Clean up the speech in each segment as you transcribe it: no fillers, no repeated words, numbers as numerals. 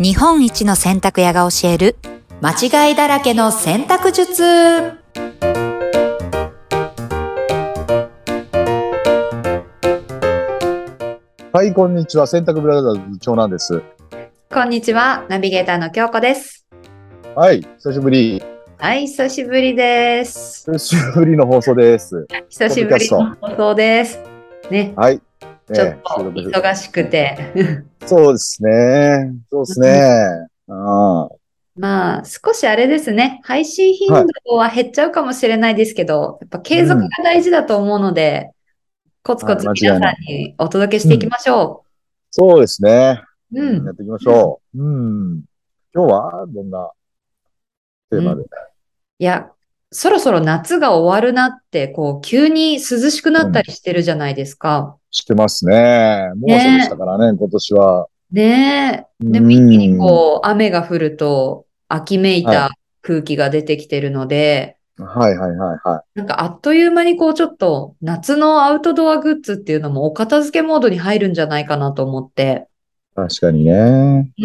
日本一の洗濯屋が教える間違いだらけの洗濯術。 はい、こんにちは。洗濯ブラザーズ部長なんです。 こんにちは、ナビゲーターの京子です。 はい、久しぶり。 はい、久しぶりです。 久しぶりの放送です。 久しぶりの放送です。ね、 はい。 ちょっと収録忙しくて。 そうですね。そうですね。あまあ、少しあれですね。配信頻はい。 度は減っちゃうかもしれないですけど、やっぱ継続がうん。 大事だと思うので、コツコはい、 ツ皆さ間違いない。 んにお届けしていきうん。 ましょそうですね。 う。うん。 やっていきましょう。うん。今日はどんなテーうん。 マで？ いや、そろそろ夏が終わるなって、急に涼しくなうん。 ったりしてるじゃないですか。 してますね。猛暑でしたねからね、今年は。 え、ねうえ。でも一気にん。 雨が降ると、秋めいはい。 た空気が出てきてるので、 はいはいはいはい。 なんかあっという間にちょっと夏のアウトドアグッズっていうのもお片付けモードに入るんじゃないかなと思って。 確かにね。 うん。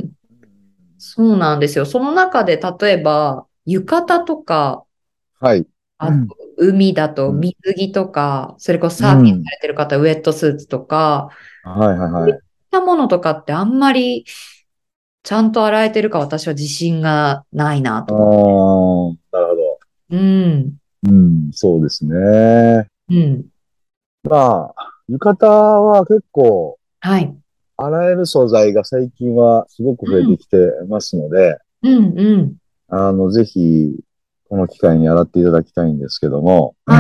そうなんですよ。その中で例えば、浴衣とか、 はい。うあと、 ん。 海だとうん。 水着とか、それこそサーフィンさうん。 れてる方、ウェットスーツとか、 はいはいそういっはい。 たものとかってあんまりちゃんと洗えてるか私は自信がないなああ、 と思って。 なるほど。 うん、 うん、そうですね。 うん、 まあ、浴衣は結構、 はい。 洗える素材が最近はすごくうん、 増えてきてますので、 うん、うん。 ぜひ、この機会に洗っていただきたいんですけども、 はい。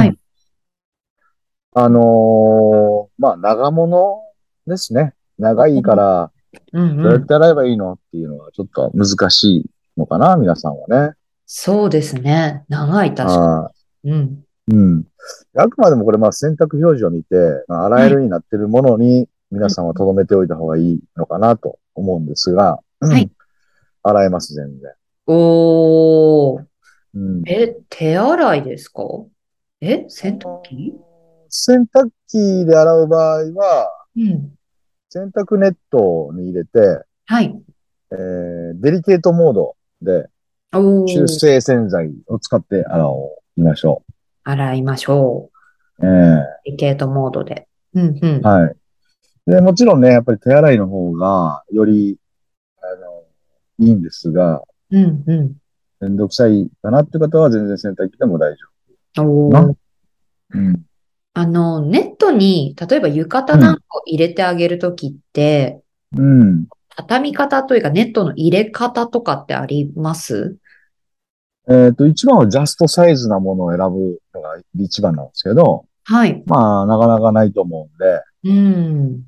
まあ、長物ですね。長いかうんら、 うん。 どうやって洗えばいいのっていうのはちょっと難しいのかな、皆さんはね。 そうですね。長い、確かあに。うん。 うん。あくまでもこれ、まあ、選択表示を見て、まあ、洗はい。 えるになっているものに、 うん、 皆さんは留めておいた方がいいのかなと思うんですが、うはい。 ん。洗えます、全然。 おー。 うん。 手洗いですか？洗濯機？ 洗濯機で洗う場合は、 うん。 洗濯ネットに入れて、 はい。 デリケートモードで中おー。 性洗剤を使って洗おう。見ましょ洗いましょう。 う。デリケートモードで。うん、うん。 はい。で、もちろんね、やっぱり手洗いの方が、より、いいんですが、 うん、うめんどくさいかなって方は全然洗濯機でも大丈ん。 夫な。 おー。 うん。 ネットに、例えば浴衣なんかうん。 を入れてあげるときって、 うん。 畳み方というかネットの入れ方とかってあります？ 一番はジャストサイズなものを選ぶのが一番なんですけど、 はい。 まあ、なかなかないと思うんで、 うん。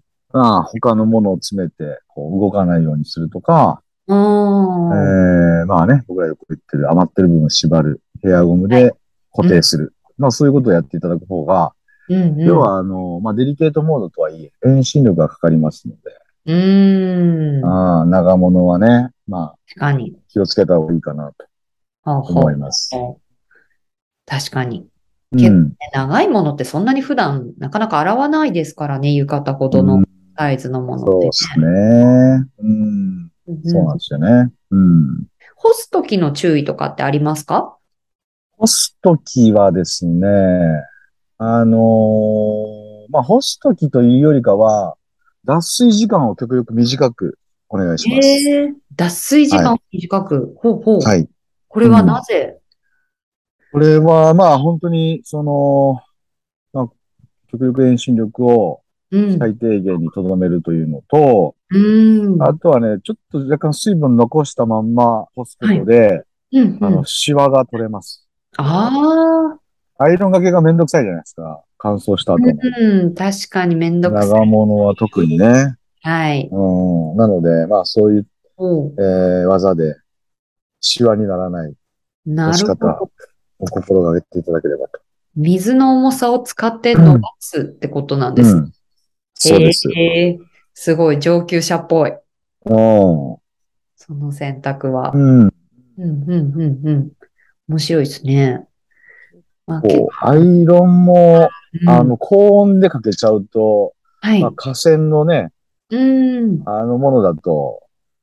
まあ、他のものを詰めて、動かないようにするとか、 ああ。 まあね、僕らよく言ってる余ってる部分を縛る、ヘアゴムはい。 で固うん。 定する。まあ、そういうことをやっていただく方が、 うん、うん。 要は、まあ、デリケートモードとはいえ、遠心力がかかりますので、 うーん。 長物はね、まあ、 確かに。 気をつけた方がいいかなとほうほ思いうます。 ほう。確かに。結構うん。 ね、長いものってそんなに普段なかなか洗わないですからね、浴衣ほどのうん。 サイズのものってね。 そうですね。うん。そうなんでうんうん。 すよね。うん。 干すときの注意とかってありますか？ 干すときはですね、まあ、干すときというよりかは、脱水時間を極力短くお願いします。 脱水時はい。 間を短く。ほうほう。 はい。 これはなうん。 ぜ？ これは、まあ、本当に、まあ、極力遠心力をうん。 最低限に留めるというのと、 うーん。 あとはね、ちょっと若干水分残したまんま干すこはい。 とで、 うんうん。 シワが取れます。 ああ。 アイロンがけがめんどくさいじゃないですか。乾燥した後の。 うん。確かにめんどくさ長物は特にい。 ね。 はい。 うん。なので、まあそういう、 おう。 技でシワにならない干なし方るほど。 を心がけていただければと。 水の重さを使って伸ばうん。 すってことなんです。 うん。そうへです。 え。すごい上級者っぽい。 うん。 その選択は。 うん。 うん、うん、うん、うん。面白いですね。まあ結ア構、 イロンも、 うん。 高温でかけちゃうと、まあ、 はい。 河川のね、 うん。 ものだと、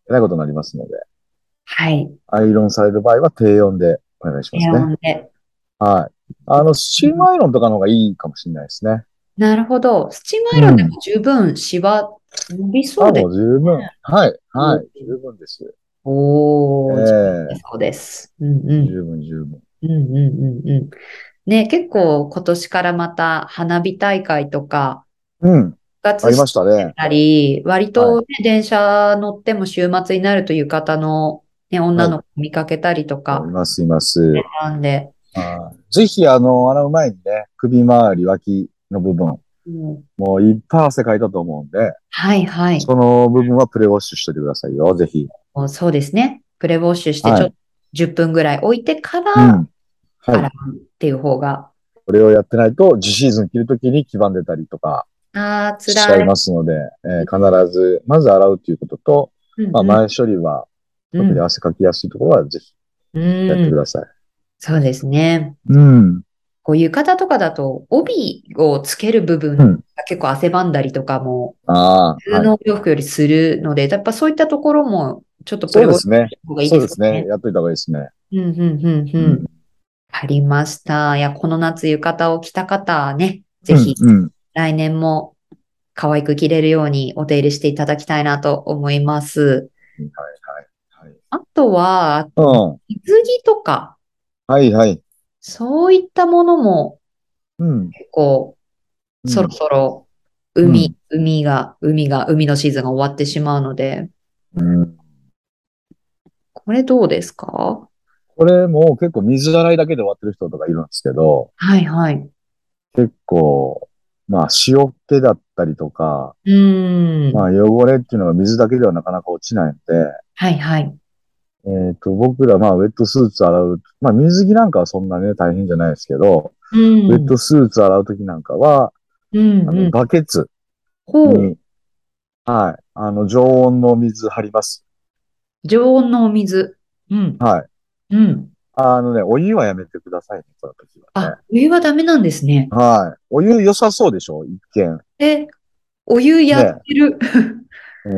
えないことになりますので、 はい。 アイロンされる場合は低温でお願いしま低すね。 温で。 はい。スチームアイロンとかの方がいいかもしれないですね。 なるほど。スチームアイうん。 ロンでも十分シワ伸びそあ、 うでもう十分。はい。 す。 はい。十分です。えおー、十分え、 そうです。うんうん。 十分、十分。 うんうんうんうん。ね、結構今年からまた花火大会とか、 うん。 復活しありましたね。 てたり、割はい。 とね、電車乗っても週末になるという方の、ね、女はい。 の子見かけたりとか、 います、います。 なんで、 ぜひ、洗う前にね、首周り、脇の部分、 うん、 もういっぱい汗かいたと思うんで、 はいはい。 その部分はプレウォッシュしといてくださいよ、ぜひ。 もうそうですね。プレウォッシュしてちょっとはい。 10分ぐらい置いてからうん。は洗い。 うっていう方が、 これをやってないと、次シーズン着るときに黄ばんでたりとかああ、 しちゃい辛い。 ますので、必ず、まず洗うということと、まあ、 うんうん前処理は、特にうん汗かきやすいところはぜひうやってくん。 ださい。 そうですね。 うん。 こう浴衣とかだと、帯をつける部分うん。 が結構汗ばんだりとかも、 ああ、 普通はい。 のお洋服よりするので、やっぱそういったところも、ちょっとプレウォッシュそうですね。 した方がいいでそうですね。 すね。 やっといた方がいいですね。 うん、うん、うん、うん。 うん。 ありました。いや、この夏浴衣を着た方はね、ぜうん、 ひうん。 来年も可愛く着れるようにお手入れしていただきたいなと思います。 はい、はい、はい。 あとは、あうと、 ん。 水着とか、 はい、はい。 そういったものもうん、 結構そろうん、 そろうん、 海のシーズンが終わってしまうので、 うん。 これどうですか？ これも結構水洗いだけで終わってる人とかいるんですけど、 はいはい。 結構、まあ塩気だったりとか、 うーん。 まあ汚れっていうのが水だけではなかなか落ちないので、 はいはい。 僕らまあウェットスーツ洗う、まあ水着なんかはそんなね大変じゃないですけど、 うウェッん。 トスーツ洗うときなんかは、 うんうん。 バケツほう。 に、はい、常温の水張ります。 常温のお水。うん。 はい。 うん。 お湯はやめてくださいね、その時はね。 あ、お湯はダメなんですね。 はい。お湯良さそうでしょ一見。 え、お湯やっね。 てる。 うん。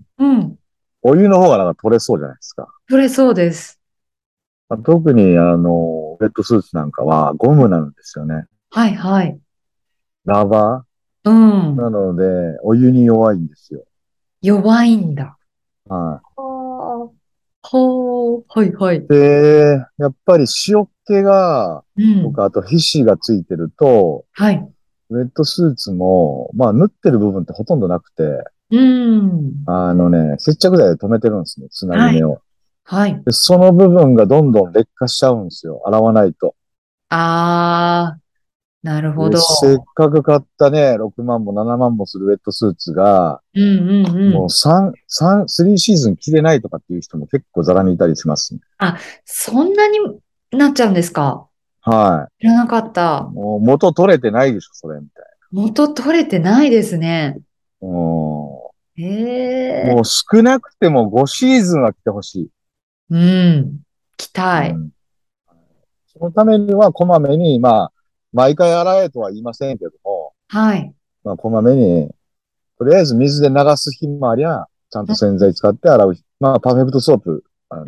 うん。 お湯の方がなんか取れそうじゃないですか。 それそうです。 まあ特にウェットスーツなんかはゴムなんですよね。 はいはい。 ラバうーなん。 ので、お湯に弱いんですよ。 弱いんだ。 はああ。ほう。はいはい。 い。で、やっぱり塩気が、 うん。 とか、あと皮脂がついてると、 はい。 ウェットスーツも、まあ、縫ってる部分ってほとんどなくて、 うん。 接着剤で留めてるんですね、つなぎはい。 目を。 はい。 で、その部分がどんどん劣化しちゃうんですよ。洗わないと。 ああ、なるほで、せっど。 かく買ったね、6万も7万もするウェットスーツが、 うんうんうもうん。 3シーズン着れないとかっていう人も結構ザラにいたりしますね。 あ、そんなになっちゃうんですか？ は知らなかっい。 た。 もう元取れてないでしょ、それ、みたい元取れてないですね。 な。もうええ、 少なくても5シーズンは着てほしい。 うん。着たい。 うん。そのためにはこまめに、まあ、毎回洗えとは言いませんけども、 はい。 まあ、こまめに、とりあえず水で流す日もありゃ、ちゃんと洗剤使って洗う。まあ、パーフェクトソープ、 うん。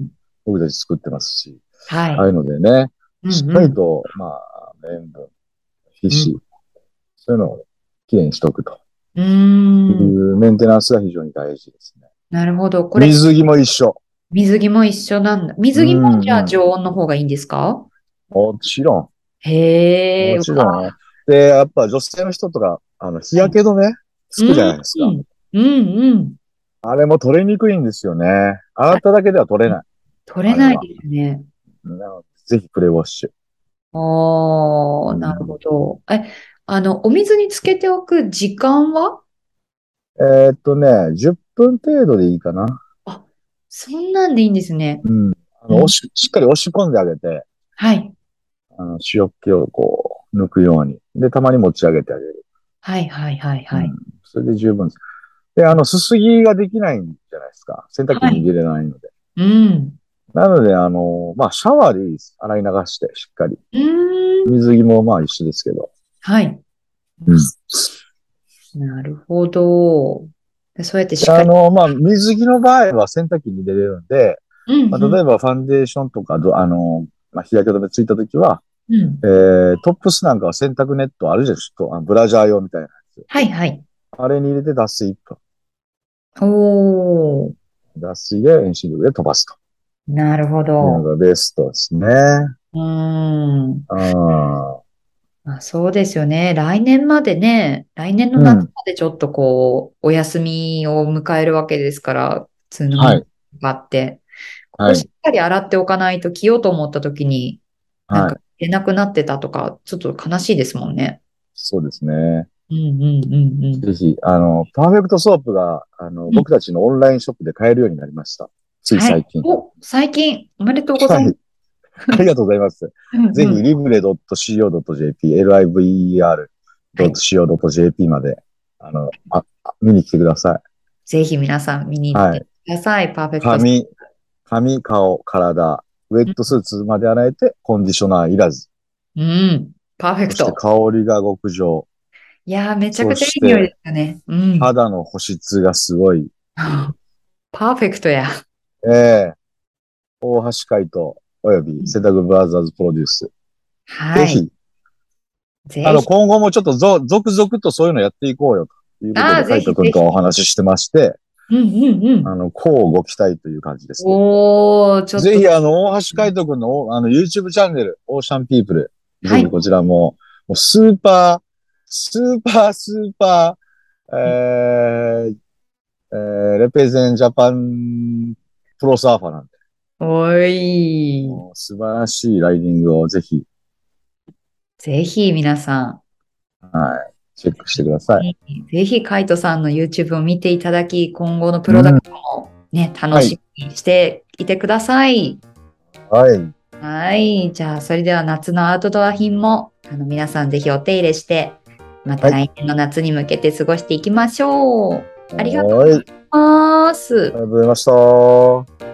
僕たち作ってますし、 はい。 ああいうのでね、しっかうんうん。 りと、まあ、塩分、皮うん。 脂、そういうのをきれいにしとくとうーいん。 うメンテナンスが非常に大事ですね。 なるほど。これ、 水着も一緒。 水着も一緒なんだ。 う水着もじゃあんうん。 常温の方がいいんですか？ もちろん。 へえ、 もうわ、 ちろん。で、やっぱ女性の人とか、日はい。 焼け止めつくじゃうん、 ないですか。 うん、うん。 あれも取れにくいんですよね。洗あ、 っただけでは取れない。 取れないであれは。 すね。 なのでぜひプレウォッシュ。 ああ、なるほうん、 ど。お水につけておく時間は？ 10分程度でいいかな。 あ、そんなんでいいんですね。 うん。 うん。 しっかり押し込んであげて、 はい。 塩気をこう、抜くように。で、たまに持ち上げてあげる。 はい、はい、はい、はい。 うん。それで十分です。で、すすぎができないんじゃないですか。洗濯機はい。 に入れれないので。 うん。 なので、まあ、シャワーでいいです。洗い流して、しっかり。 うーん。 水着もまあ一緒ですけど。 はい。 うん。 なるほど。 でそうやってしっでかり。 水着の場合は洗濯機に入れれるんで、例うんうん。 えばファンデーションとか日焼け止めついたときは、 うん。 トップスなんかは洗濯ネットあるじゃん、ちょっと、ブラジャー用みたいなやつ。 はいはい。 あれに入れて脱水1分。 おー。 脱水で遠心力で飛ばすとなるほいうのど。 がベストですね。 うーん。 あまあ、そうですよね。来年までね、来年のうん。 夏までちょっとこう、お休みを迎えるわけですから、普通のみんなはい。 があって、ここはい。 しっかり洗っておかないと着ようと思った時に、なんかはい。 着れなくなってたとか、ちょっと悲しいですもんね。 そうですね。 うんうんうんうん。 ぜひ、パーフェクトソープが、 うん。 僕たちのオンラインショップで買えるようになりました。ついはい。 最近。 お、最近、おめでとうございます。 はい。ありがとうございます。 うんうん。 ぜひ、libre.co.jp、 はい。 liver.co.jp まで、見に来てください。 ぜひ皆さん見に行ってはい。 ください。パーフェクト。 髪、髪、顔、体、ウェットスーツまで洗えて、コンディショナーいらず。 うん。パーフェそしてクト。 香りが極上。 いやー、めちゃそくちゃいい匂いでして、 すよね。うん。 肌の保湿がすごいっていう。 パーフェクトや。 ええ大橋海人、およびセダグブラザーズプロデュース。ぜはい。 ひ、 ぜひ。 今後もちょっと続々とそういうのやっていこうよということああ、 で、 ぜ海人君とおひぜひ。 話ししてまして、 うんうんうん。 こうご期待という感じですね。 おー、ちょっと。 ぜひ、大橋海人君の、YouTube チャンネル、オーシャンピープル、ぜはい。 ひこちらも、もうスーパー、レペゼンジャパンプロサーファーなんで、 おい。 もう素晴らしいライディングをぜひ、 ぜひ皆さはい、チェックしてください。 ん、ぜひカイトさんの YouTube を見ていただき、今後のプうん。 ロダクトもね、楽はい。 しみにしていてください。 はい。 はい。じゃあ、それでは夏のアウトドア品も、皆さんぜひお手入れして、またはい。 来年の夏に向けて過ごしていきましょう。ありがとうはい。 ございます。 ありがとうございました。